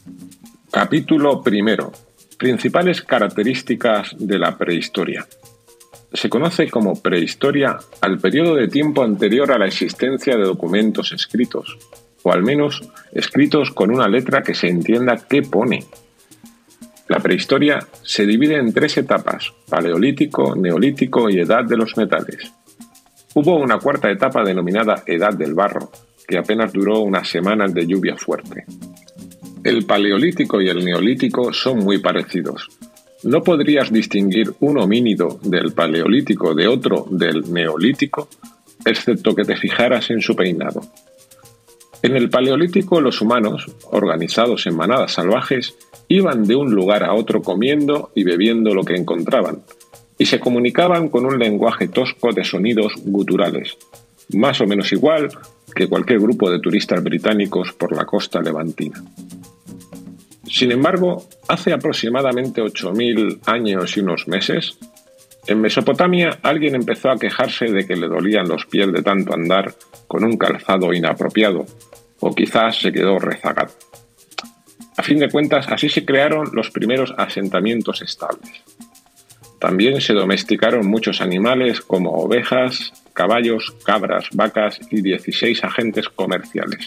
Capítulo primero. Principales características de la prehistoria. Se conoce como prehistoria al periodo de tiempo anterior a la existencia de documentos escritos, o al menos escritos con una letra que se entienda qué pone. La prehistoria se divide en 3 etapas: paleolítico, neolítico y edad de los metales. Hubo una cuarta etapa denominada edad del barro, que apenas duró unas semanas de lluvia fuerte. El paleolítico y el neolítico son muy parecidos. No podrías distinguir un homínido del paleolítico de otro del neolítico, excepto que te fijaras en su peinado. En el paleolítico los humanos, organizados en manadas salvajes, iban de un lugar a otro comiendo y bebiendo lo que encontraban, y se comunicaban con un lenguaje tosco de sonidos guturales, más o menos igual que cualquier grupo de turistas británicos por la costa levantina. Sin embargo, hace aproximadamente 8.000 años y unos meses, en Mesopotamia alguien empezó a quejarse de que le dolían los pies de tanto andar con un calzado inapropiado, o quizás se quedó rezagado. A fin de cuentas, así se crearon los primeros asentamientos estables. También se domesticaron muchos animales como ovejas, caballos, cabras, vacas y 16 agentes comerciales.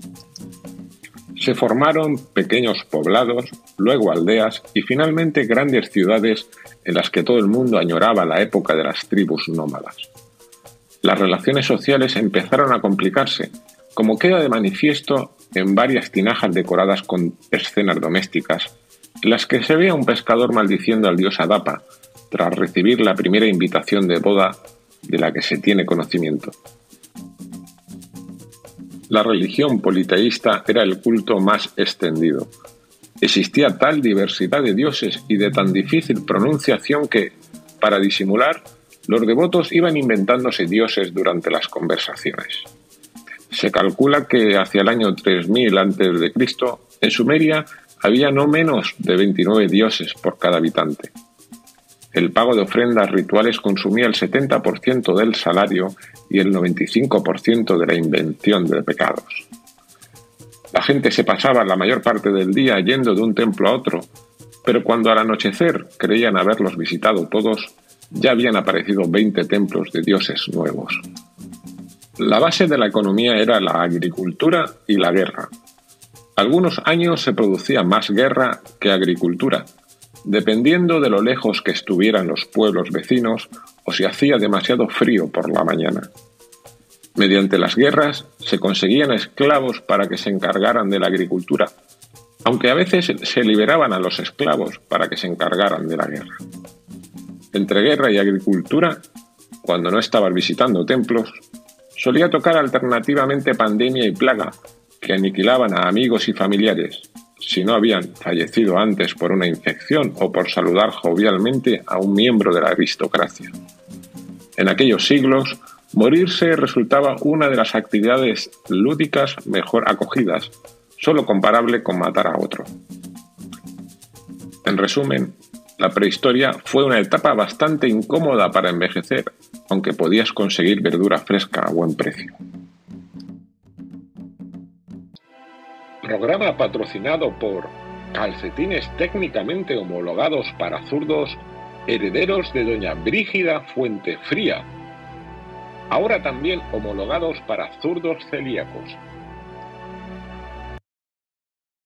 Se formaron pequeños poblados, luego aldeas y finalmente grandes ciudades en las que todo el mundo añoraba la época de las tribus nómadas. Las relaciones sociales empezaron a complicarse, como queda de manifiesto en varias tinajas decoradas con escenas domésticas, en las que se ve a un pescador maldiciendo al dios Adapa, tras recibir la primera invitación de boda de la que se tiene conocimiento. La religión politeísta era el culto más extendido. Existía tal diversidad de dioses y de tan difícil pronunciación que, para disimular, los devotos iban inventándose dioses durante las conversaciones. Se calcula que hacia el año 3000 a.C., en Sumeria había no menos de 29 dioses por cada habitante. El pago de ofrendas rituales consumía el 70% del salario y el 95% de la invención de pecados. La gente se pasaba la mayor parte del día yendo de un templo a otro, pero cuando al anochecer creían haberlos visitado todos, ya habían aparecido 20 templos de dioses nuevos. La base de la economía era la agricultura y la guerra. Algunos años se producía más guerra que agricultura, dependiendo de lo lejos que estuvieran los pueblos vecinos o si hacía demasiado frío por la mañana. Mediante las guerras se conseguían esclavos para que se encargaran de la agricultura, aunque a veces se liberaban a los esclavos para que se encargaran de la guerra. Entre guerra y agricultura, cuando no estabas visitando templos, solía tocar alternativamente pandemia y plaga, que aniquilaban a amigos y familiares, si no habían fallecido antes por una infección o por saludar jovialmente a un miembro de la aristocracia. En aquellos siglos, morirse resultaba una de las actividades lúdicas mejor acogidas, solo comparable con matar a otro. En resumen, la prehistoria fue una etapa bastante incómoda para envejecer, aunque podías conseguir verdura fresca a buen precio. Programa patrocinado por Calcetines técnicamente homologados para zurdos, herederos de doña Brígida Fuentefría. Ahora también homologados para zurdos celíacos.